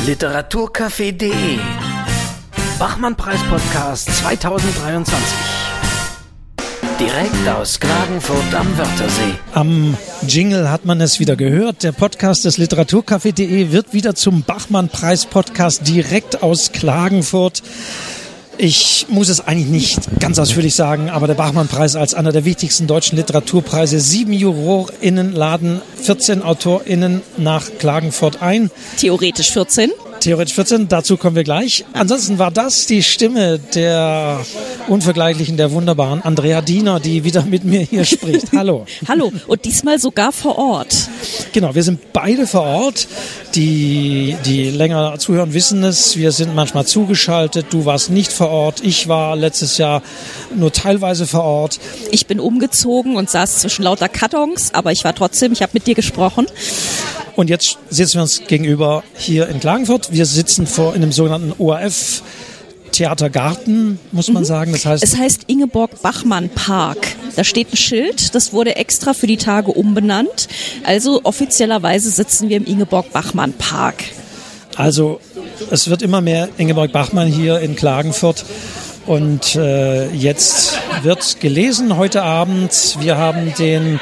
Literaturcafé.de Bachmann-Preis-Podcast 2023. Direkt aus Klagenfurt am Wörthersee. Am Jingle hat man es wieder gehört. Der Podcast des Literaturcafé.de wird wieder zum Bachmann-Preis-Podcast direkt aus Klagenfurt. Ich muss es eigentlich nicht ganz ausführlich sagen, aber der Bachmann-Preis als einer der wichtigsten deutschen Literaturpreise. 7 JurorInnen laden 14 AutorInnen nach Klagenfurt ein. Theoretisch 14. Theoretisch 14, dazu kommen wir gleich. Ansonsten war das die Stimme der unvergleichlichen, der wunderbaren Andrea Diener, die wieder mit mir hier spricht. Hallo. Hallo, und diesmal sogar vor Ort. Genau, wir sind beide vor Ort. Die länger zuhören, wissen es. Wir sind manchmal zugeschaltet. Du warst nicht vor Ort. Ich war letztes Jahr nur teilweise vor Ort. Ich bin umgezogen und saß zwischen lauter Kartons, aber ich habe mit dir gesprochen. Und jetzt sitzen wir uns gegenüber hier in Klagenfurt. Wir sitzen in einem sogenannten ORF Theatergarten, muss man sagen. Das heißt, es heißt Ingeborg-Bachmann-Park. Da steht ein Schild, das wurde extra für die Tage umbenannt. Also offiziellerweise sitzen wir im Ingeborg-Bachmann-Park. Also es wird immer mehr Ingeborg Bachmann hier in Klagenfurt. Und jetzt wird gelesen heute Abend. Wir haben den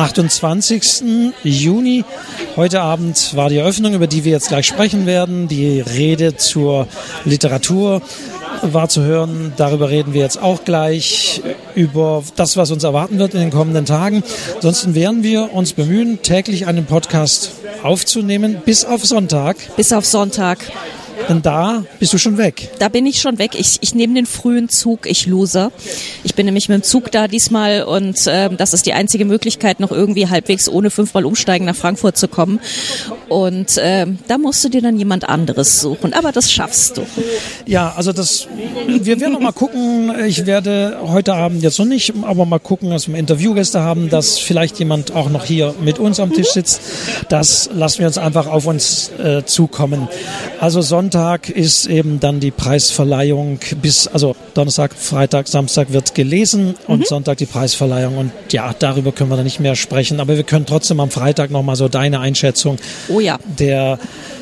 28. Juni. Heute Abend war die Eröffnung, über die wir jetzt gleich sprechen werden. Die Rede zur Literatur war zu hören. Darüber reden wir jetzt auch gleich, über das, was uns erwarten wird in den kommenden Tagen. Ansonsten werden wir uns bemühen, täglich einen Podcast aufzunehmen, bis auf Sonntag. Bis auf Sonntag. Denn da bist du schon weg. Da bin ich schon weg. Ich nehme den frühen Zug, ich Loser. Ich bin nämlich mit dem Zug da diesmal und das ist die einzige Möglichkeit, noch irgendwie halbwegs ohne 5-mal umsteigen nach Frankfurt zu kommen. Und da musst du dir dann jemand anderes suchen. Aber das schaffst du. Ja, also wir werden noch mal gucken. Ich werde heute Abend jetzt noch nicht, aber mal gucken, dass wir Interviewgäste haben, dass vielleicht jemand auch noch hier mit uns am Tisch sitzt. Das lassen wir uns einfach auf uns zukommen. Also Sonntag ist eben dann die Preisverleihung also Donnerstag, Freitag, Samstag wird gelesen und Sonntag die Preisverleihung und ja, darüber können wir dann nicht mehr sprechen, aber wir können trotzdem am Freitag nochmal so deine Einschätzung der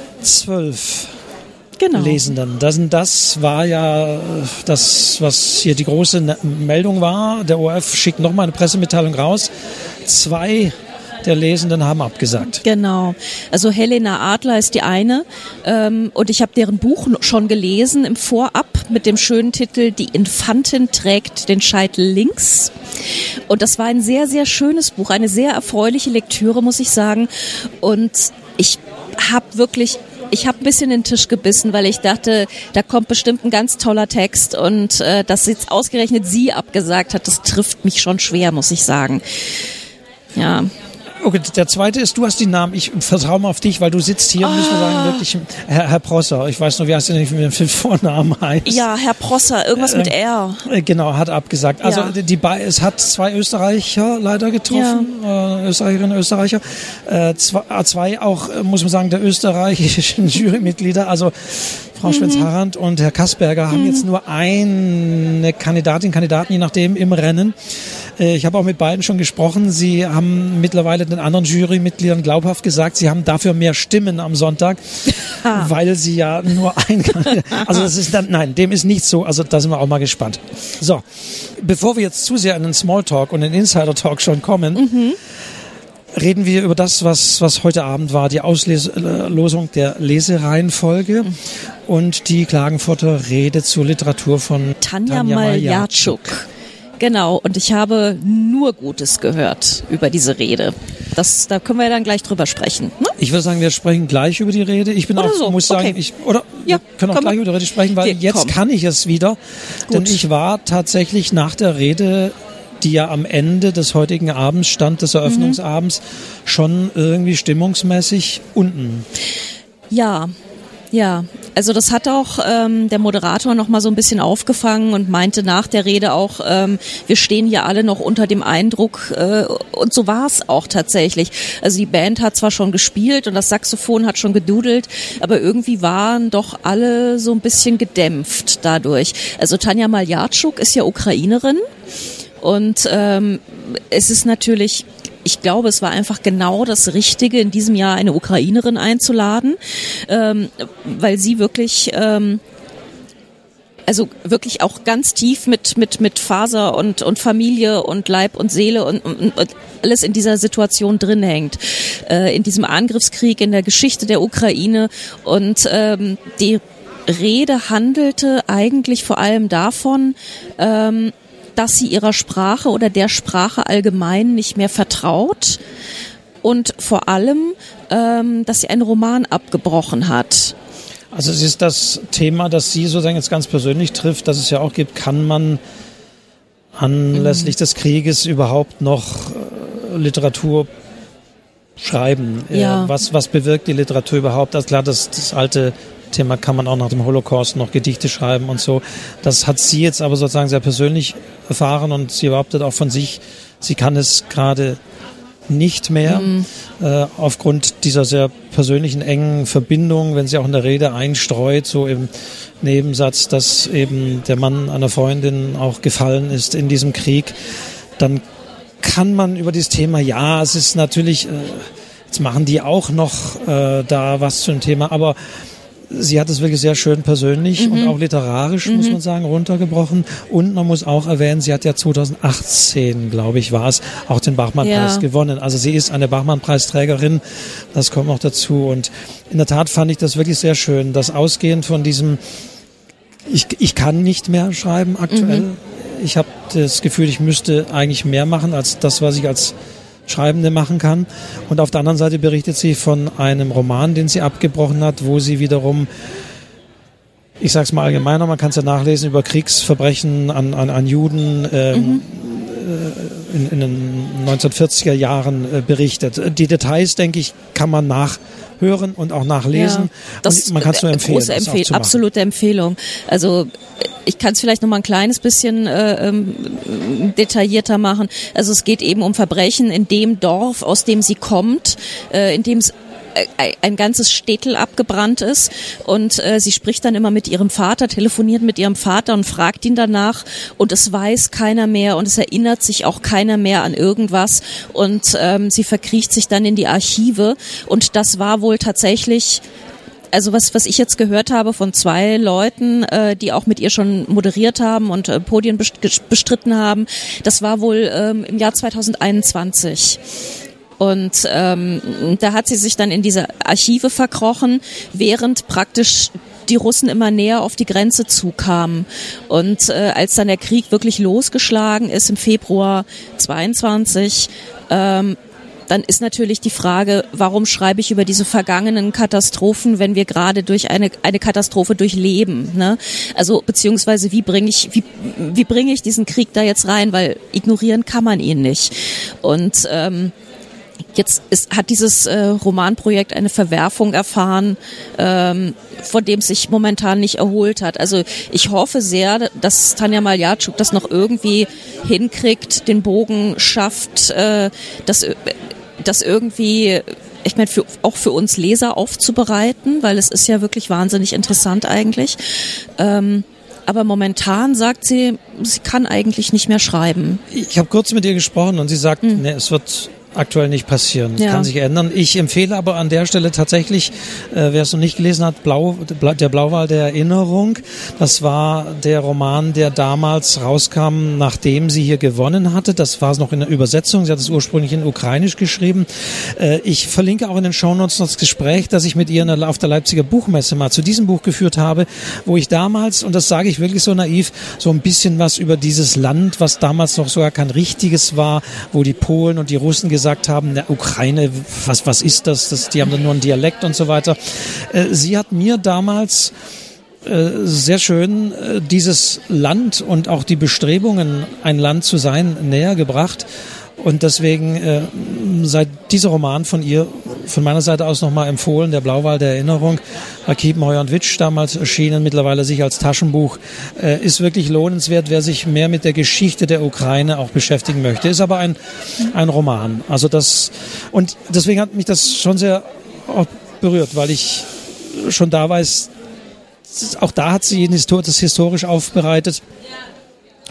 12 Lesenden. Das war ja das, was hier die große Meldung war. Der ORF schickt nochmal eine Pressemitteilung raus. 2 der Lesenden haben abgesagt. Genau. Also Helena Adler ist die eine und ich habe deren Buch schon gelesen im Vorab mit dem schönen Titel Die Infantin trägt den Scheitel links. Und das war ein sehr, sehr schönes Buch, eine sehr erfreuliche Lektüre, muss ich sagen. Und ich habe ein bisschen in den Tisch gebissen, weil ich dachte, da kommt bestimmt ein ganz toller Text und dass jetzt ausgerechnet sie abgesagt hat, das trifft mich schon schwer, muss ich sagen. Ja. Okay, der zweite ist, du hast die Namen, ich vertraue mal auf dich, weil du sitzt hier, müssen wir sagen, wirklich, Herr Prosser, ich weiß noch, wie heißt der denn, wie der Vornamen heißt? Ja, Herr Prosser, irgendwas mit R. Genau, hat abgesagt. Also es hat 2 Österreicher leider getroffen, Österreicherinnen und Österreicher, 2 auch, muss man sagen, der österreichischen Jurymitglieder, also Frau Schwenz-Harrand und Herr Kasperger haben jetzt nur eine Kandidaten, je nachdem, im Rennen. Ich habe auch mit beiden schon gesprochen. Sie haben mittlerweile den anderen Jurymitgliedern glaubhaft gesagt, sie haben dafür mehr Stimmen am Sonntag, weil sie ja nur also das ist dann, nein, dem ist nicht so. Also da sind wir auch mal gespannt. So, bevor wir jetzt zu sehr in den Smalltalk und den Insider-Talk schon kommen, reden wir über das, was heute Abend war, die Auslosung der Lesereihenfolge und die Klagenfurter Rede zur Literatur von Tanja Maljarczuk. Genau, und ich habe nur Gutes gehört über diese Rede. Da können wir ja dann gleich drüber sprechen. Ne? Ich würde sagen, wir sprechen gleich über die Rede. Ich bin oder auch, so. Muss sagen, wir können auch gleich über die Rede sprechen, weil jetzt kann ich es wieder. Gut. Denn ich war tatsächlich nach der Rede, die ja am Ende des heutigen Abends stand, des Eröffnungsabends, schon irgendwie stimmungsmäßig unten. Ja, also das hat auch der Moderator noch mal so ein bisschen aufgefangen und meinte nach der Rede auch, wir stehen hier alle noch unter dem Eindruck und so war es auch tatsächlich. Also die Band hat zwar schon gespielt und das Saxophon hat schon gedudelt, aber irgendwie waren doch alle so ein bisschen gedämpft dadurch. Also Tanja Maljarczuk ist ja Ukrainerin und es ist natürlich ich glaube, es war einfach genau das Richtige, in diesem Jahr eine Ukrainerin einzuladen, weil sie wirklich also wirklich auch ganz tief mit Faser und Familie und Leib und Seele und alles in dieser Situation drin hängt, in diesem Angriffskrieg, in der Geschichte der Ukraine. Und die Rede handelte eigentlich vor allem davon, dass sie ihrer Sprache oder der Sprache allgemein nicht mehr vertraut und vor allem, dass sie einen Roman abgebrochen hat. Also es ist das Thema, das Sie sozusagen jetzt ganz persönlich trifft, das es ja auch gibt. Kann man anlässlich des Krieges überhaupt noch Literatur schreiben? Ja. Was bewirkt die Literatur überhaupt? Also klar, das alte Thema kann man auch nach dem Holocaust noch Gedichte schreiben und so. Das hat sie jetzt aber sozusagen sehr persönlich erfahren und sie behauptet auch von sich, sie kann es gerade nicht mehr, aufgrund dieser sehr persönlichen, engen Verbindung, wenn sie auch in der Rede einstreut, so im Nebensatz, dass eben der Mann einer Freundin auch gefallen ist in diesem Krieg, dann kann man über dieses Thema, ja, es ist natürlich, jetzt machen die auch noch da was zu dem Thema, aber sie hat es wirklich sehr schön persönlich und auch literarisch, muss man sagen, runtergebrochen. Und man muss auch erwähnen, sie hat ja 2018, glaube ich, war es, auch den Bachmann-Preis gewonnen. Also sie ist eine Bachmann-Preisträgerin, das kommt noch dazu. Und in der Tat fand ich das wirklich sehr schön, dass ausgehend von diesem, ich kann nicht mehr schreiben aktuell. Ich habe das Gefühl, ich müsste eigentlich mehr machen als das, was ich als Schreibende machen kann. Und auf der anderen Seite berichtet sie von einem Roman, den sie abgebrochen hat, wo sie wiederum, ich sage es mal allgemeiner, man kann es ja nachlesen, über Kriegsverbrechen an Juden in den 1940er Jahren berichtet. Die Details, denke ich, kann man nachhören und auch nachlesen. Ja, das und man kann es nur empfehlen. Große absolute Empfehlung. Also ich kann es vielleicht noch mal ein kleines bisschen detaillierter machen. Also es geht eben um Verbrechen in dem Dorf, aus dem sie kommt, in dem es ein ganzes Städtel abgebrannt ist und sie spricht dann immer mit ihrem Vater, telefoniert mit ihrem Vater und fragt ihn danach und es weiß keiner mehr und es erinnert sich auch keiner mehr an irgendwas und sie verkriecht sich dann in die Archive und das war wohl tatsächlich, also was ich jetzt gehört habe von 2 Leuten, die auch mit ihr schon moderiert haben und Podien bestritten haben, das war wohl im Jahr 2021. Und da hat sie sich dann in diese Archive verkrochen, während praktisch die Russen immer näher auf die Grenze zukamen. Und als dann der Krieg wirklich losgeschlagen ist im Februar 22, dann ist natürlich die Frage, warum schreibe ich über diese vergangenen Katastrophen, wenn wir gerade durch eine Katastrophe durchleben, ne? Also beziehungsweise wie bringe ich diesen Krieg da jetzt rein, weil ignorieren kann man ihn nicht. Und jetzt hat dieses Romanprojekt eine Verwerfung erfahren, von dem es sich momentan nicht erholt hat. Also ich hoffe sehr, dass Tanja Maljatschuk das noch irgendwie hinkriegt, den Bogen schafft, das irgendwie, ich meine, auch für uns Leser aufzubereiten, weil es ist ja wirklich wahnsinnig interessant eigentlich. Aber momentan sagt sie kann eigentlich nicht mehr schreiben. Ich habe kurz mit ihr gesprochen und sie sagt, nee, es wird aktuell nicht passieren. Das kann sich ändern. Ich empfehle aber an der Stelle tatsächlich, wer es noch nicht gelesen hat, der Blauwal der Erinnerung. Das war der Roman, der damals rauskam, nachdem sie hier gewonnen hatte. Das war es noch in der Übersetzung. Sie hat es ursprünglich in Ukrainisch geschrieben. Ich verlinke auch in den Shownotes noch das Gespräch, das ich mit ihr auf der Leipziger Buchmesse mal zu diesem Buch geführt habe, wo ich damals, und das sage ich wirklich so naiv, so ein bisschen was über dieses Land, was damals noch sogar kein richtiges war, wo die Polen und die Russen gesagt haben, der Ukraine, was ist das? Die haben dann nur einen Dialekt und so weiter. Sie hat mir damals sehr schön dieses Land und auch die Bestrebungen, ein Land zu sein, näher gebracht. Und deswegen sei dieser Roman von ihr, von meiner Seite aus nochmal empfohlen, der Blauwal der Erinnerung, Kiepenheuer und Witsch, damals erschienen, mittlerweile sich als Taschenbuch, ist wirklich lohnenswert, wer sich mehr mit der Geschichte der Ukraine auch beschäftigen möchte. Ist aber ein Roman. Also und deswegen hat mich das schon sehr auch berührt, weil ich schon da weiß, auch da hat sie das historisch aufbereitet.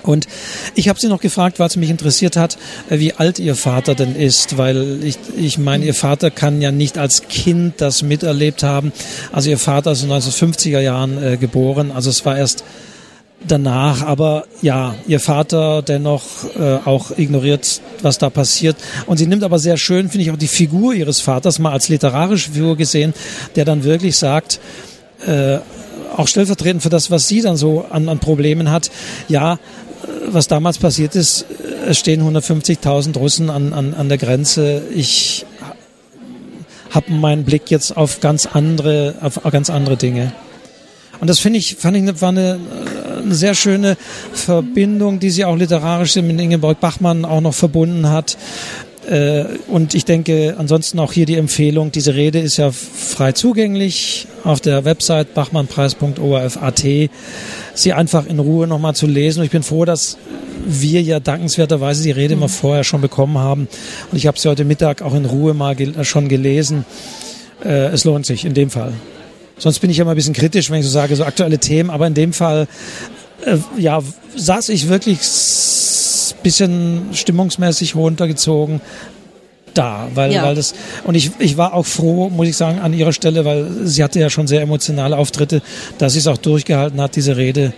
Und ich habe sie noch gefragt, weil es mich interessiert hat, wie alt ihr Vater denn ist, weil ich meine, ihr Vater kann ja nicht als Kind das miterlebt haben. Also ihr Vater ist in den 1950er Jahren geboren, also es war erst danach, aber ja, ihr Vater dennoch auch ignoriert, was da passiert. Und sie nimmt aber sehr schön, finde ich, auch die Figur ihres Vaters mal als literarische Figur gesehen, der dann wirklich sagt, auch stellvertretend für das, was sie dann so an Problemen hat, ja, was damals passiert ist, es stehen 150.000 Russen an der Grenze. Ich habe meinen Blick jetzt auf ganz andere Dinge. Und das war eine sehr schöne Verbindung, die sie auch literarisch mit Ingeborg Bachmann auch noch verbunden hat. Und ich denke, ansonsten auch hier die Empfehlung, diese Rede ist ja frei zugänglich auf der Website bachmannpreis.orf.at, sie einfach in Ruhe nochmal zu lesen. Und ich bin froh, dass wir ja dankenswerterweise die Rede immer vorher schon bekommen haben. Und ich habe sie heute Mittag auch in Ruhe mal schon gelesen. Es lohnt sich in dem Fall. Sonst bin ich ja immer ein bisschen kritisch, wenn ich so sage, so aktuelle Themen. Aber in dem Fall, saß ich wirklich bisschen stimmungsmäßig runtergezogen da, weil das, und ich war auch froh, muss ich sagen, an ihrer Stelle, weil sie hatte ja schon sehr emotionale Auftritte, dass sie es auch durchgehalten hat, diese Rede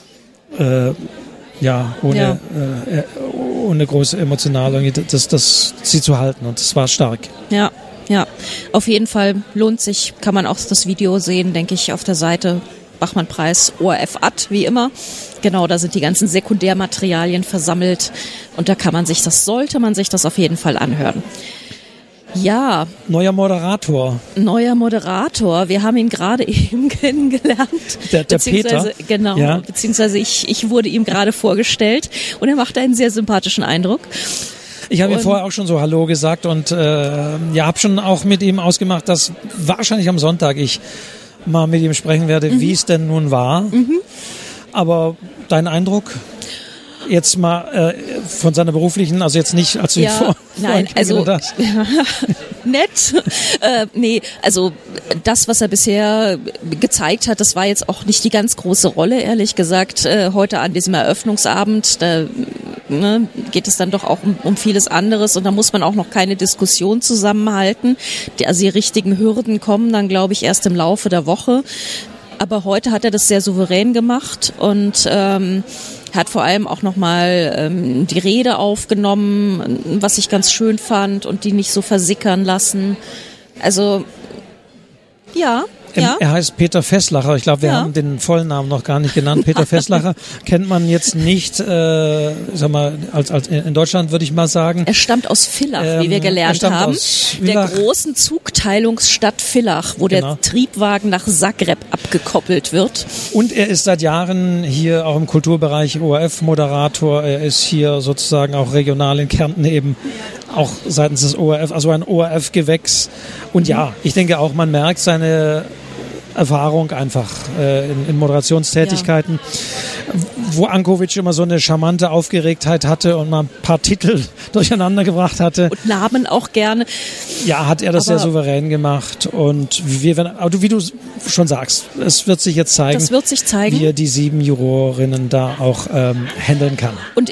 ohne große emotionale, das sie zu halten, und das war stark. Ja, auf jeden Fall lohnt sich, kann man auch das Video sehen, denke ich, auf der Seite Bachmann-Preis ORF.at, wie immer. Genau, da sind die ganzen Sekundärmaterialien versammelt und da sollte man sich das auf jeden Fall anhören. Ja. Neuer Moderator. Wir haben ihn gerade eben kennengelernt. Der Peter. Genau, ja. Beziehungsweise ich wurde ihm gerade vorgestellt und er machte einen sehr sympathischen Eindruck. Ich habe ihm vorher auch schon so Hallo gesagt und habe schon auch mit ihm ausgemacht, dass wahrscheinlich am Sonntag ich mal mit ihm sprechen werde, wie es denn nun war. Aber dein Eindruck jetzt mal von seiner beruflichen, also jetzt nicht, als du ihn hast. Nett. Nee, also das, was er bisher gezeigt hat, das war jetzt auch nicht die ganz große Rolle, ehrlich gesagt. Heute an diesem Eröffnungsabend, da geht es dann doch auch um vieles anderes und da muss man auch noch keine Diskussion zusammenhalten. Also die richtigen Hürden kommen dann, glaube ich, erst im Laufe der Woche. Aber heute hat er das sehr souverän gemacht und hat vor allem auch nochmal die Rede aufgenommen, was ich ganz schön fand und die nicht so versickern lassen. Also, ja. Er heißt Peter Fesslacher. Ich glaube, wir haben den vollen Namen noch gar nicht genannt. Peter Fesslacher kennt man jetzt nicht, als in Deutschland, würde ich mal sagen. Er stammt aus Villach, wie wir gelernt haben. Der großen Zugteilungsstadt Villach, wo der Triebwagen nach Zagreb abgekoppelt wird. Und er ist seit Jahren hier auch im Kulturbereich ORF-Moderator. Er ist hier sozusagen auch regional in Kärnten eben auch seitens des ORF, also ein ORF-Gewächs. Und ja, ich denke auch, man merkt seine Erfahrung einfach in Moderationstätigkeiten, wo Ankovic immer so eine charmante Aufgeregtheit hatte und mal ein paar Titel durcheinander gebracht hatte. Und Namen auch gerne. Ja, hat er das sehr souverän gemacht. Und wie du schon sagst, es wird sich jetzt zeigen, wie er die 7 Jurorinnen da auch handeln kann. Und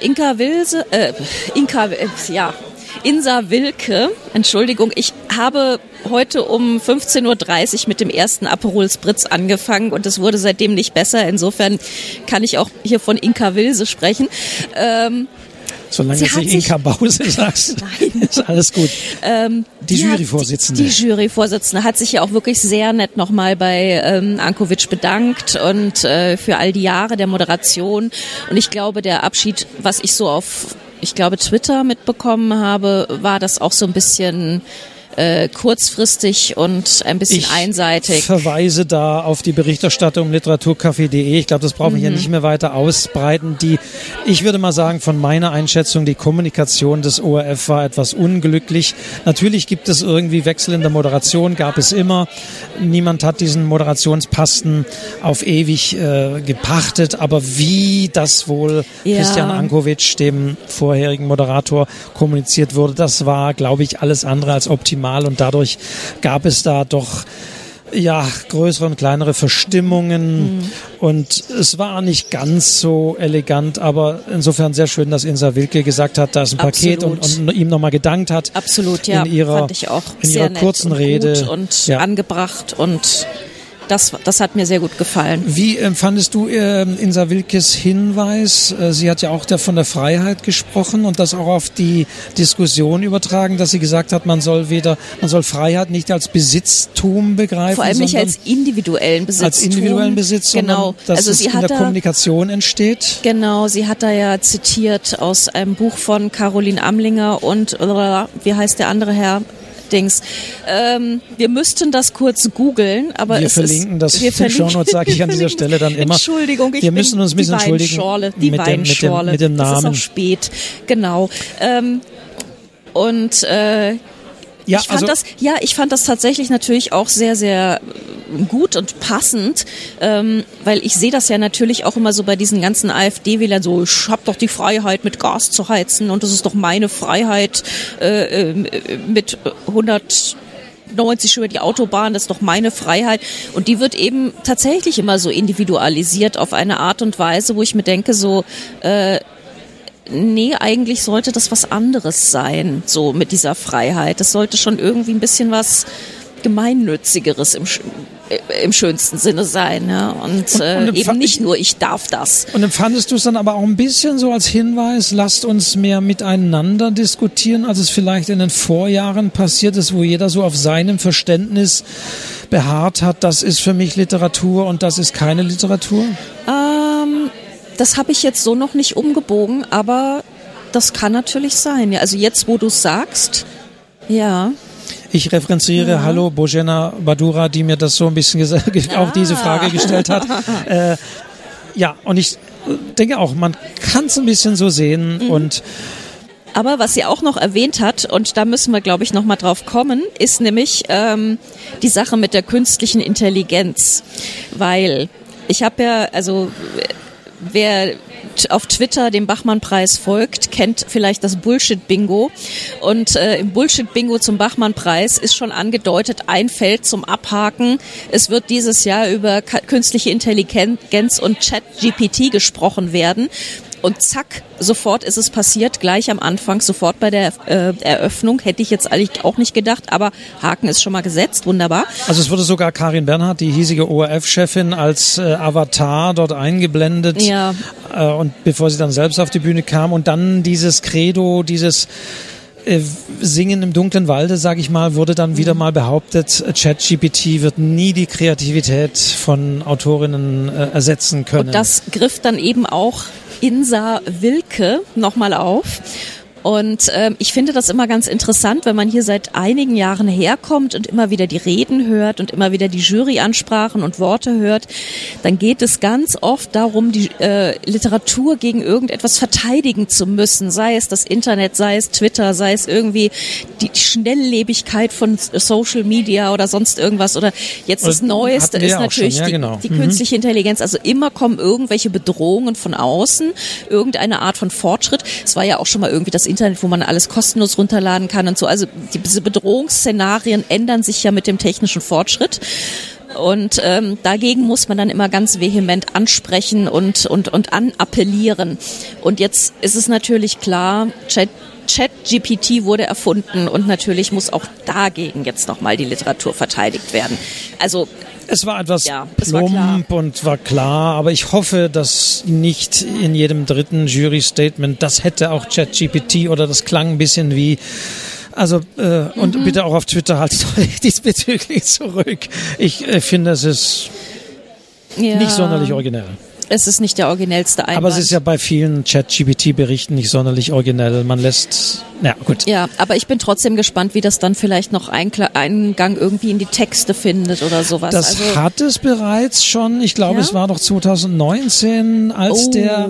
Insa Wilke, Entschuldigung, ich habe heute um 15.30 Uhr mit dem ersten Aperol Spritz angefangen und es wurde seitdem nicht besser. Insofern kann ich auch hier von Inka Wilse sprechen. Solange du nicht Inka Bause sagst, ist alles gut. Die Juryvorsitzende. Die Juryvorsitzende hat sich ja auch wirklich sehr nett nochmal bei Ankovic bedankt und für all die Jahre der Moderation. Und ich glaube, der Abschied, was ich so auf Twitter mitbekommen habe, war das auch so ein bisschen kurzfristig und ein bisschen einseitig. Ich verweise da auf die Berichterstattung literaturcafé.de. Ich glaube, das brauchen wir hier nicht mehr weiter ausbreiten. Ich würde mal sagen, von meiner Einschätzung, die Kommunikation des ORF war etwas unglücklich. Natürlich gibt es irgendwie Wechsel in der Moderation, gab es immer. Niemand hat diesen Moderationsposten auf ewig gepachtet, aber wie das wohl Christian Ankovic, dem vorherigen Moderator, kommuniziert wurde, das war, glaube ich, alles andere als optimal. Und dadurch gab es da doch größere und kleinere Verstimmungen und es war nicht ganz so elegant, aber insofern sehr schön, dass Insa Wilke gesagt hat, da ist ein Paket und ihm nochmal gedankt hat. Absolut, ja, fand ich auch in ihrer kurzen Rede gut und angebracht und das hat mir sehr gut gefallen. Wie empfandest du Insa Wilkes Hinweis? Sie hat ja auch von der Freiheit gesprochen und das auch auf die Diskussion übertragen, dass sie gesagt hat, man soll Freiheit nicht als Besitztum begreifen. Vor allem nicht als individuellen Besitztum. Als individuellen Besitz, genau. Sondern dass es in der Kommunikation entsteht. Genau, sie hat da ja zitiert aus einem Buch von Caroline Amlinger und, wie heißt der andere Herr? Wir müssten das kurz googeln, aber wir verlinken das in den Shownotes, sage ich an dieser Stelle dann immer. Entschuldigung, wir müssen uns ein bisschen entschuldigen mit dem Namen. Das ist auch spät, genau. Ich fand das tatsächlich natürlich auch sehr, sehr gut und passend, weil ich sehe das ja natürlich auch immer so bei diesen ganzen AfD-Wählern so, ich habe doch die Freiheit, mit Gas zu heizen und das ist doch meine Freiheit, mit 190 über die Autobahn, das ist doch meine Freiheit. Und die wird eben tatsächlich immer so individualisiert auf eine Art und Weise, wo ich mir denke so, nee, eigentlich sollte das was anderes sein, so mit dieser Freiheit. Das sollte schon irgendwie ein bisschen was Gemeinnützigeres im schönsten Sinne sein. Ja? Und eben nicht nur, ich darf das. Und empfandest du es dann aber auch ein bisschen so als Hinweis, lasst uns mehr miteinander diskutieren, als es vielleicht in den Vorjahren passiert ist, wo jeder so auf seinem Verständnis beharrt hat, das ist für mich Literatur und das ist keine Literatur? Das habe ich jetzt so noch nicht umgebogen, aber das kann natürlich sein. Ja, also jetzt, wo du es sagst, ja. Ich referenziere Hallo Bojena Badura, die mir das so ein bisschen auch diese Frage gestellt hat. Und ich denke auch, man kann es ein bisschen so sehen und aber was sie auch noch erwähnt hat, und da müssen wir, glaube ich, noch mal drauf kommen, ist nämlich die Sache mit der künstlichen Intelligenz. Weil ich habe ja, also wer auf Twitter dem Bachmann-Preis folgt, kennt vielleicht das Bullshit-Bingo. Und im Bullshit-Bingo zum Bachmann-Preis ist schon angedeutet, ein Feld zum Abhaken. Es wird dieses Jahr über künstliche Intelligenz und Chat-GPT gesprochen werden. Und zack, sofort ist es passiert, gleich am Anfang, sofort bei der Eröffnung. Hätte ich jetzt eigentlich auch nicht gedacht, aber Haken ist schon mal gesetzt, wunderbar. Also es wurde sogar Karin Bernhardt, die hiesige ORF-Chefin, als Avatar dort eingeblendet. Ja. Und bevor sie dann selbst auf die Bühne kam und dann dieses Credo, dieses Singen im dunklen Walde, sage ich mal, wurde dann wieder mal behauptet, ChatGPT wird nie die Kreativität von Autorinnen ersetzen können. Und das griff dann eben auch Insa Wilke nochmal auf. Und ich finde das immer ganz interessant, wenn man hier seit einigen Jahren herkommt und immer wieder die Reden hört und immer wieder die Juryansprachen und Worte hört, dann geht es ganz oft darum, die Literatur gegen irgendetwas verteidigen zu müssen, sei es das Internet, sei es Twitter, sei es irgendwie die Schnelllebigkeit von Social Media oder sonst irgendwas. Oder jetzt das Neueste ist natürlich die künstliche Intelligenz. Also immer kommen irgendwelche Bedrohungen von außen, irgendeine Art von Fortschritt. Es war ja auch schon mal irgendwie das Internet, wo man alles kostenlos runterladen kann und so. Also diese Bedrohungsszenarien ändern sich ja mit dem technischen Fortschritt. Und dagegen muss man dann immer ganz vehement ansprechen und anappellieren. Und jetzt ist es natürlich klar, ChatGPT wurde erfunden und natürlich muss auch dagegen jetzt nochmal die Literatur verteidigt werden. Also es war etwas plump und war klar, aber ich hoffe, dass nicht in jedem dritten Jury-Statement, das hätte auch ChatGPT oder das klang ein bisschen wie, also und bitte auch auf Twitter haltet euch diesbezüglich zurück. Ich finde, es ist nicht sonderlich originell. Es ist nicht der originellste Einwand. Aber es ist ja bei vielen ChatGPT-Berichten nicht sonderlich originell. Man lässt, gut. Ja, aber ich bin trotzdem gespannt, wie das dann vielleicht noch Eingang irgendwie in die Texte findet oder sowas. Das hat es bereits schon. Ich glaube, es war doch 2019, als der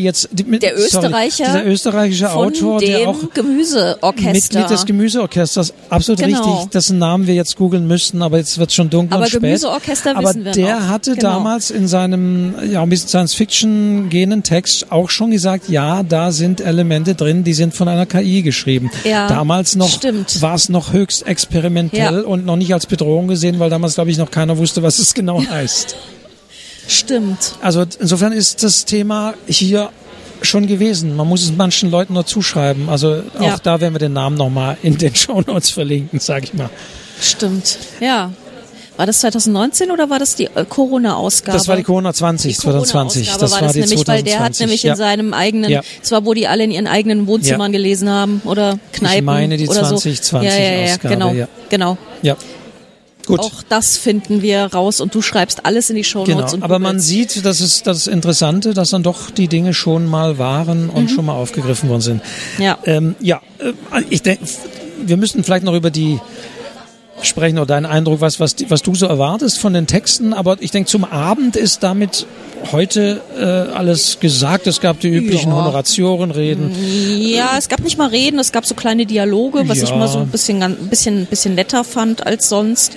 österreichische Autor, der auch Gemüseorchester. Mitglied des Gemüseorchesters, absolut richtig, dessen Namen wir jetzt googeln müssten, aber jetzt wird es schon dunkel und spät. Aber Gemüseorchester wissen wir noch. Aber der hatte damals in seinem ein bisschen Science-Fiction gehenden Text auch schon gesagt, ja, da sind Elemente drin, die sind von einer KI geschrieben. Ja, damals noch war es noch höchst experimentell und noch nicht als Bedrohung gesehen, weil damals, glaube ich, noch keiner wusste, was es genau heißt. Stimmt. Also insofern ist das Thema hier schon gewesen. Man muss es manchen Leuten noch zuschreiben. Also auch da werden wir den Namen nochmal in den Shownotes verlinken, sag ich mal. Stimmt, ja. War das 2019 oder war das die Corona-Ausgabe? Das war die Corona 2020. Das war das nämlich, 2020, weil der hat nämlich in seinem eigenen, zwar wo die alle in ihren eigenen Wohnzimmern gelesen haben oder Kneipen. Ich meine die oder 2020-Ausgabe. Genau. Ja. Gut. Auch das finden wir raus und du schreibst alles in die Shownotes. Genau, aber man sieht, das ist das Interessante, dass dann doch die Dinge schon mal waren und schon mal aufgegriffen worden sind. Ja. Ich denke, wir müssten vielleicht noch über die sprechen oder deinen Eindruck, was du so erwartest von den Texten, aber ich denke, zum Abend ist damit heute alles gesagt. Es gab die üblichen Honoratiorenreden. Ja, es gab nicht mal Reden, es gab so kleine Dialoge, was ich mal so ein bisschen netter fand als sonst.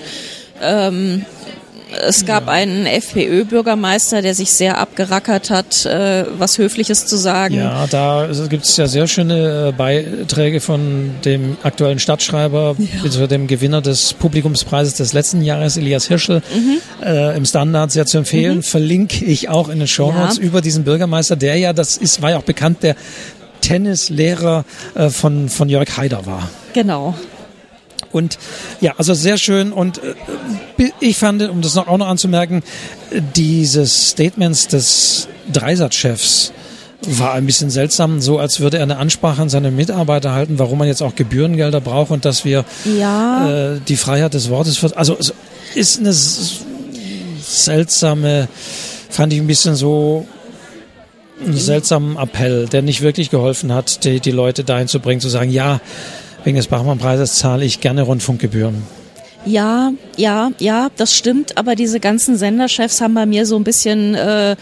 Es gab einen FPÖ-Bürgermeister, der sich sehr abgerackert hat, was Höfliches zu sagen. Ja, da gibt es ja sehr schöne Beiträge von dem aktuellen Stadtschreiber, also dem Gewinner des Publikumspreises des letzten Jahres, Elias Hirschl, im Standard sehr zu empfehlen. Verlinke ich auch in den Shownotes über diesen Bürgermeister, der ja, war ja auch bekannt, der Tennislehrer von Jörg Haider war. Genau. Und ja, also sehr schön und ich fand, um das auch noch anzumerken, dieses Statements des Dreisat-Chefs war ein bisschen seltsam, so als würde er eine Ansprache an seine Mitarbeiter halten, warum man jetzt auch Gebührengelder braucht und dass wir die Freiheit des Wortes, also es ist eine seltsame, fand ich ein bisschen so einen seltsamen Appell, der nicht wirklich geholfen hat, die Leute dahin zu bringen, zu sagen, ja, wegen des Bachmann-Preises zahle ich gerne Rundfunkgebühren. Ja, das stimmt, aber diese ganzen Senderchefs haben bei mir so ein bisschen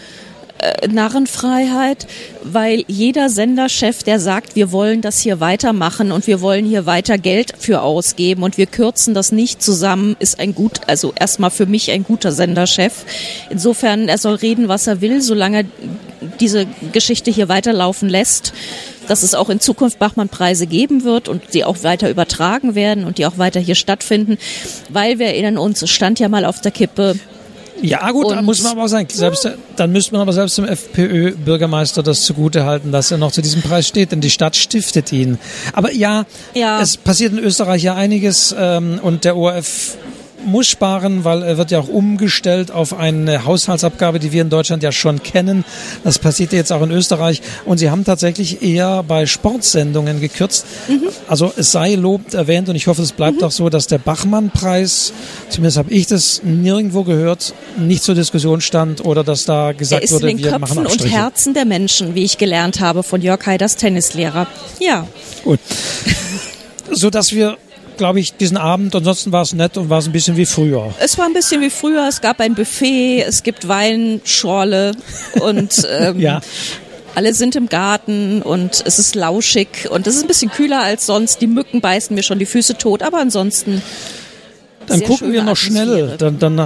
Narrenfreiheit, weil jeder Senderchef, der sagt, wir wollen das hier weitermachen und wir wollen hier weiter Geld für ausgeben und wir kürzen das nicht zusammen, ist also erstmal für mich ein guter Senderchef. Insofern, er soll reden, was er will, solange diese Geschichte hier weiterlaufen lässt, dass es auch in Zukunft Bachmann-Preise geben wird und die auch weiter übertragen werden und die auch weiter hier stattfinden, weil wir erinnern uns, es stand ja mal auf der Kippe. Ja gut, da muss man aber auch sagen, dann müsste man aber selbst dem FPÖ-Bürgermeister das zugutehalten, dass er noch zu diesem Preis steht, denn die Stadt stiftet ihn. Aber es passiert in Österreich ja einiges und der ORF muss sparen, weil er wird ja auch umgestellt auf eine Haushaltsabgabe, die wir in Deutschland ja schon kennen. Das passiert jetzt auch in Österreich. Und sie haben tatsächlich eher bei Sportsendungen gekürzt. Also es sei lobend erwähnt und ich hoffe, es bleibt auch so, dass der Bachmann-Preis, zumindest habe ich das nirgendwo gehört, nicht zur Diskussion stand oder dass da gesagt wurde, wir machen Abstriche. Er ist in den Köpfen und Herzen der Menschen, wie ich gelernt habe von Jörg Haiders Tennislehrer. Ja. Gut. Sodass wir, glaube ich, diesen Abend, ansonsten war es nett und war es ein bisschen wie früher. Es war ein bisschen wie früher, es gab ein Buffet, es gibt Weinschorle und alle sind im Garten und es ist lauschig und es ist ein bisschen kühler als sonst. Die Mücken beißen mir schon die Füße tot, aber ansonsten dann gucken wir noch schnell dann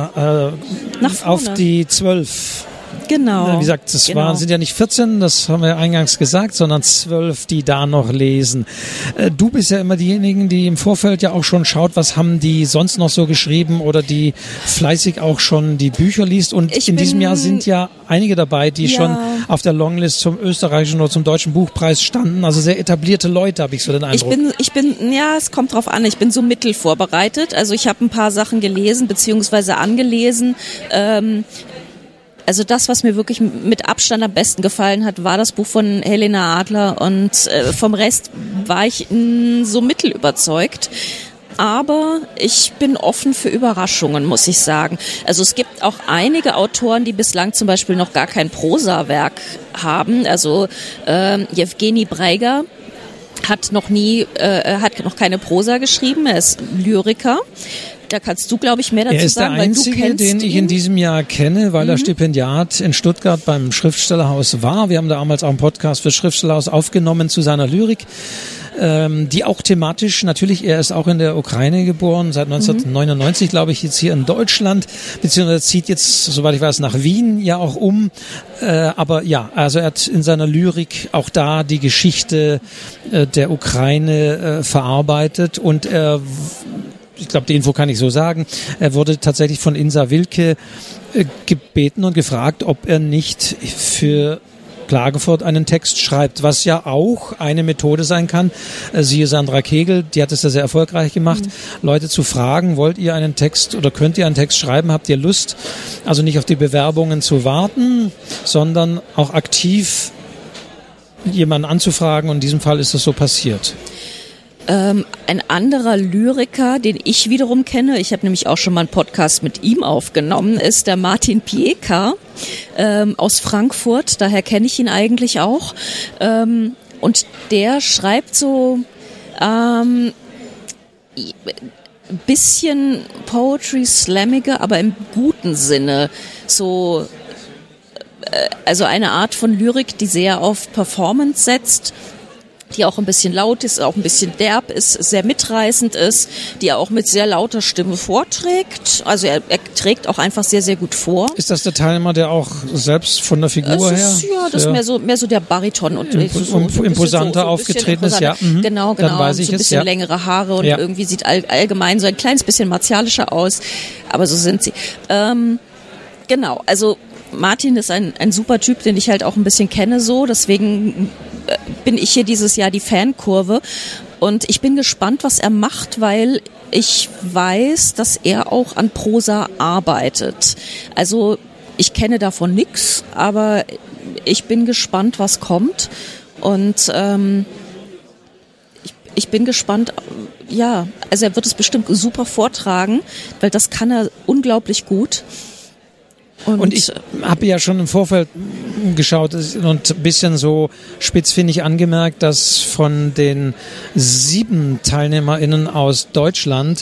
auf die 12. Genau. Wie gesagt, sind ja nicht 14, das haben wir eingangs gesagt, sondern 12, die da noch lesen. Du bist ja immer diejenigen, die im Vorfeld ja auch schon schaut, was haben die sonst noch so geschrieben oder die fleißig auch schon die Bücher liest. Und in diesem Jahr sind ja einige dabei, die schon auf der Longlist zum österreichischen oder zum deutschen Buchpreis standen. Also sehr etablierte Leute, habe ich so den Eindruck. Es kommt drauf an, ich bin so mittel vorbereitet. Also ich habe ein paar Sachen gelesen bzw. angelesen. Also das, was mir wirklich mit Abstand am besten gefallen hat, war das Buch von Helena Adler und vom Rest war ich so mittel überzeugt. Aber ich bin offen für Überraschungen, muss ich sagen. Also es gibt auch einige Autoren, die bislang zum Beispiel noch gar kein Prosawerk haben. Also Jewgeni Breiger hat noch keine Prosa geschrieben, er ist Lyriker. Da kannst du, glaube ich, mehr dazu sagen, weil du kennst ihn. Er ist der einzige, den ich in diesem Jahr kenne, weil er Stipendiat in Stuttgart beim Schriftstellerhaus war. Wir haben damals auch einen Podcast für Schriftstellerhaus aufgenommen zu seiner Lyrik. die auch thematisch, natürlich, er ist auch in der Ukraine geboren, seit 1999, glaube ich, jetzt hier in Deutschland, beziehungsweise zieht jetzt, soweit ich weiß, nach Wien ja auch um. Aber ja, also er hat in seiner Lyrik auch da die Geschichte der Ukraine verarbeitet und er, ich glaube, die Info kann ich so sagen, er wurde tatsächlich von Insa Wilke gebeten und gefragt, ob er nicht für Klagenfurt einen Text schreibt, was ja auch eine Methode sein kann. Siehe Sandra Kegel, die hat es ja sehr erfolgreich gemacht, Leute zu fragen, wollt ihr einen Text oder könnt ihr einen Text schreiben, habt ihr Lust, also nicht auf die Bewerbungen zu warten, sondern auch aktiv jemanden anzufragen und in diesem Fall ist das so passiert. Ein anderer Lyriker, den ich wiederum kenne, ich habe nämlich auch schon mal einen Podcast mit ihm aufgenommen, ist der Martin Pieker aus Frankfurt, daher kenne ich ihn eigentlich auch. Und der schreibt so bisschen Poetry-Slammige, aber im guten Sinne. So, also eine Art von Lyrik, die sehr auf Performance setzt, die auch ein bisschen laut ist, auch ein bisschen derb ist, sehr mitreißend ist, die er auch mit sehr lauter Stimme vorträgt. Also er trägt auch einfach sehr, sehr gut vor. Ist das der Teilnehmer, der auch selbst von der Figur her? Ja, das ist mehr so der Bariton und imposanter aufgetreten ist, ja. Genau. Dann weiß ich so ein bisschen längere Haare und irgendwie sieht allgemein so ein kleines bisschen martialischer aus. Aber so sind sie. Genau, also Martin ist ein super Typ, den ich halt auch ein bisschen kenne so, deswegen bin ich hier dieses Jahr die Fankurve und ich bin gespannt, was er macht, weil ich weiß, dass er auch an Prosa arbeitet. Also ich kenne davon nichts, aber ich bin gespannt, was kommt und ich bin gespannt, ja, also er wird es bestimmt super vortragen, weil das kann er unglaublich gut. Und ich habe ja schon im Vorfeld geschaut und ein bisschen so spitzfindig angemerkt, dass von den 7 TeilnehmerInnen aus Deutschland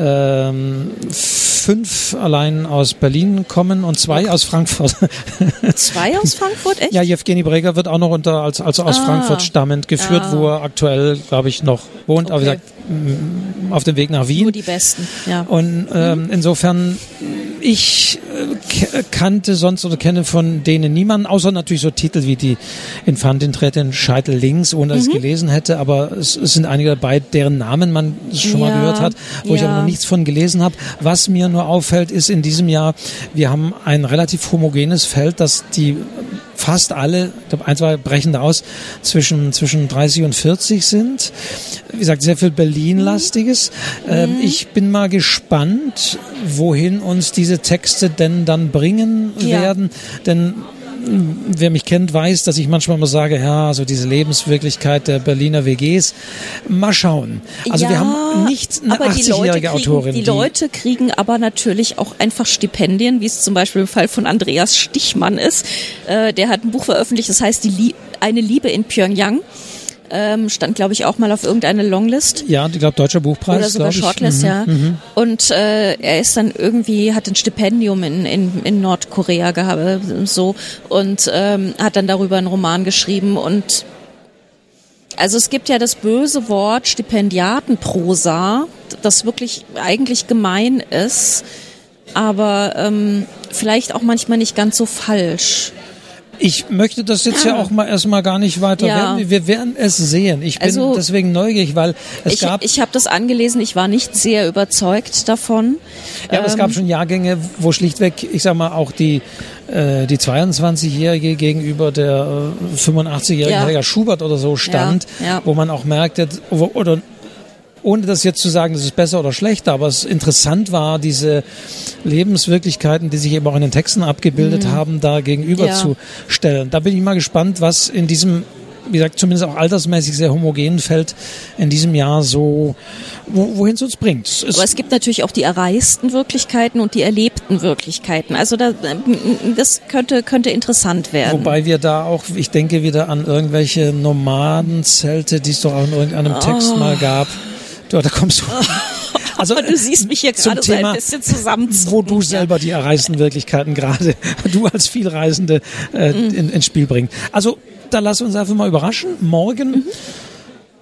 5 allein aus Berlin kommen und 2 aus Frankfurt. 2 aus Frankfurt, echt? Ja, Jewgeni Breger wird auch noch also aus Frankfurt stammend geführt, wo er aktuell, glaube ich, noch wohnt, aber wie gesagt, auf dem Weg nach Wien. Nur die Besten, ja. Und insofern, ich kannte sonst oder kenne von denen niemanden, außer natürlich so Titel wie die Infantin trägt den Scheitel links, ohne dass ich es gelesen hätte, aber es sind einige dabei, deren Namen man schon mal gehört hat, wo ich aber noch nichts von gelesen habe. Was mir nur auffällt, ist in diesem Jahr, wir haben ein relativ homogenes Feld, das die fast alle, ich glaube 1, 2 brechen da aus, zwischen 30 und 40 sind. Wie gesagt, sehr viel Berlin-lastiges. Ich bin mal gespannt, wohin uns diese Texte denn dann bringen werden, denn wer mich kennt, weiß, dass ich manchmal immer sage, ja, so diese Lebenswirklichkeit der Berliner WGs. Mal schauen. Also wir haben nicht eine 80-jährige Autorin. Die Leute kriegen aber natürlich auch einfach Stipendien, wie es zum Beispiel im Fall von Andreas Stichmann ist. Der hat ein Buch veröffentlicht, das heißt Eine Liebe in Pyongyang. Stand, glaube ich, auch mal auf irgendeine Longlist. Ja, ich glaube, Deutscher Buchpreis. Oder sogar Shortlist, ja. Und er ist dann irgendwie, hat ein Stipendium in Nordkorea gehabt, so, und hat dann darüber einen Roman geschrieben. Und also es gibt ja das böse Wort Stipendiatenprosa, das wirklich eigentlich gemein ist, aber vielleicht auch manchmal nicht ganz so falsch. Ich möchte das jetzt ja auch mal erstmal gar nicht weiter werden. Wir werden es sehen. Ich bin deswegen neugierig, weil ich habe das angelesen, ich war nicht sehr überzeugt davon. Ja, aber es gab schon Jahrgänge, wo schlichtweg, ich sag mal, auch die 22-Jährige gegenüber der 85-jährigen Helga Schubert oder so stand, wo man auch merkte, oder ohne das jetzt zu sagen, das ist besser oder schlechter, aber es interessant war, diese Lebenswirklichkeiten, die sich eben auch in den Texten abgebildet haben, da gegenüberzustellen. Da bin ich mal gespannt, was in diesem, wie gesagt, zumindest auch altersmäßig sehr homogenen Feld in diesem Jahr so, wohin es uns bringt. Aber es gibt natürlich auch die erreisten Wirklichkeiten und die erlebten Wirklichkeiten. Also das könnte interessant werden. Wobei wir da auch, ich denke wieder an irgendwelche Nomadenzelte, die es doch auch in irgendeinem Text mal gab. Da kommst du. Also du siehst mich hier gerade so ein bisschen zusammenzucken. Wo du selber die erreisten Wirklichkeiten gerade, du als Vielreisende ins Spiel bringst. Also da lass uns einfach mal überraschen. Morgen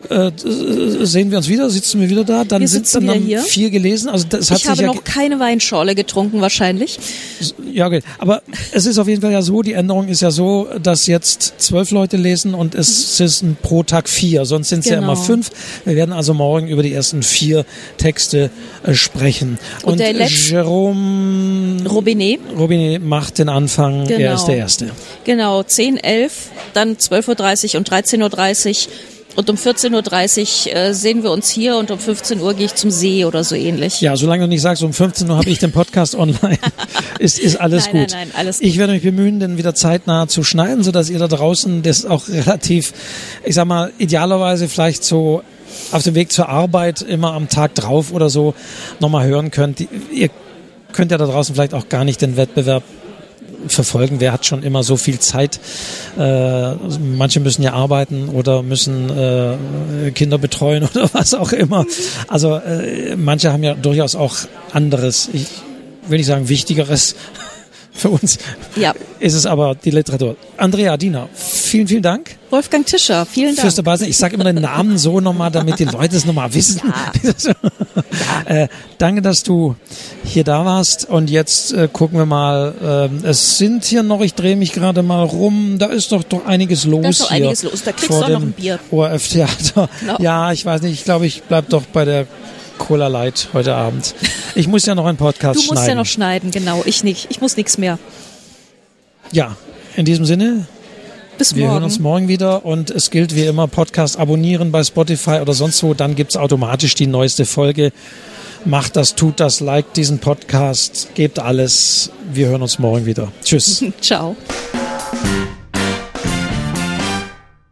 sehen wir uns wieder, sitzen wir wieder da, dann sind dann hier. 4 gelesen. Also das hat ich habe noch keine Weinschorle getrunken wahrscheinlich. Ja, okay. Aber es ist auf jeden Fall ja so, die Änderung ist ja so, dass jetzt 12 Leute lesen und es sind pro Tag 4, sonst sind es ja immer 5. Wir werden also morgen über die ersten 4 Texte sprechen. Und der Jérôme Robinet macht den Anfang, genau. Er ist der Erste. Genau, 10, 11, dann 12.30 Uhr und 13.30 Uhr. Und um 14.30 Uhr sehen wir uns hier und um 15 Uhr gehe ich zum See oder so ähnlich. Ja, solange du nicht sagst, um 15 Uhr habe ich den Podcast online, ist alles gut. Nein, alles gut. Ich werde mich bemühen, den wieder zeitnah zu schneiden, sodass ihr da draußen das auch relativ, ich sag mal, idealerweise vielleicht so auf dem Weg zur Arbeit immer am Tag drauf oder so nochmal hören könnt. Ihr könnt ja da draußen vielleicht auch gar nicht den Wettbewerb verfolgen. Wer hat schon immer so viel Zeit? Manche müssen ja arbeiten oder müssen Kinder betreuen oder was auch immer. Also manche haben ja durchaus auch anderes, ich will nicht sagen Wichtigeres. Für uns ist es aber die Literatur. Andrea Diener, vielen, vielen Dank. Wolfgang Tischer, vielen Dank. Fürs dabei sein. Ich sage immer den Namen so nochmal, damit die Leute es nochmal wissen. Ja. Danke, dass du hier da warst. Und jetzt gucken wir mal. Es sind hier noch, ich drehe mich gerade mal rum, da ist doch einiges los. Da ist doch einiges los. Da kriegst du auch noch ein Bier. ORF-Theater. Genau. Ja, ich weiß nicht. Ich glaube, ich bleib doch bei der Cola Light heute Abend. Ich muss ja noch einen Podcast schneiden. Du musst ja noch schneiden, genau. Ich nicht. Ich muss nichts mehr. Ja, in diesem Sinne. Bis morgen. Wir hören uns morgen wieder und es gilt wie immer, Podcast abonnieren bei Spotify oder sonst wo. Dann gibt's automatisch die neueste Folge. Macht das, tut das, liked diesen Podcast, gebt alles. Wir hören uns morgen wieder. Tschüss. Ciao.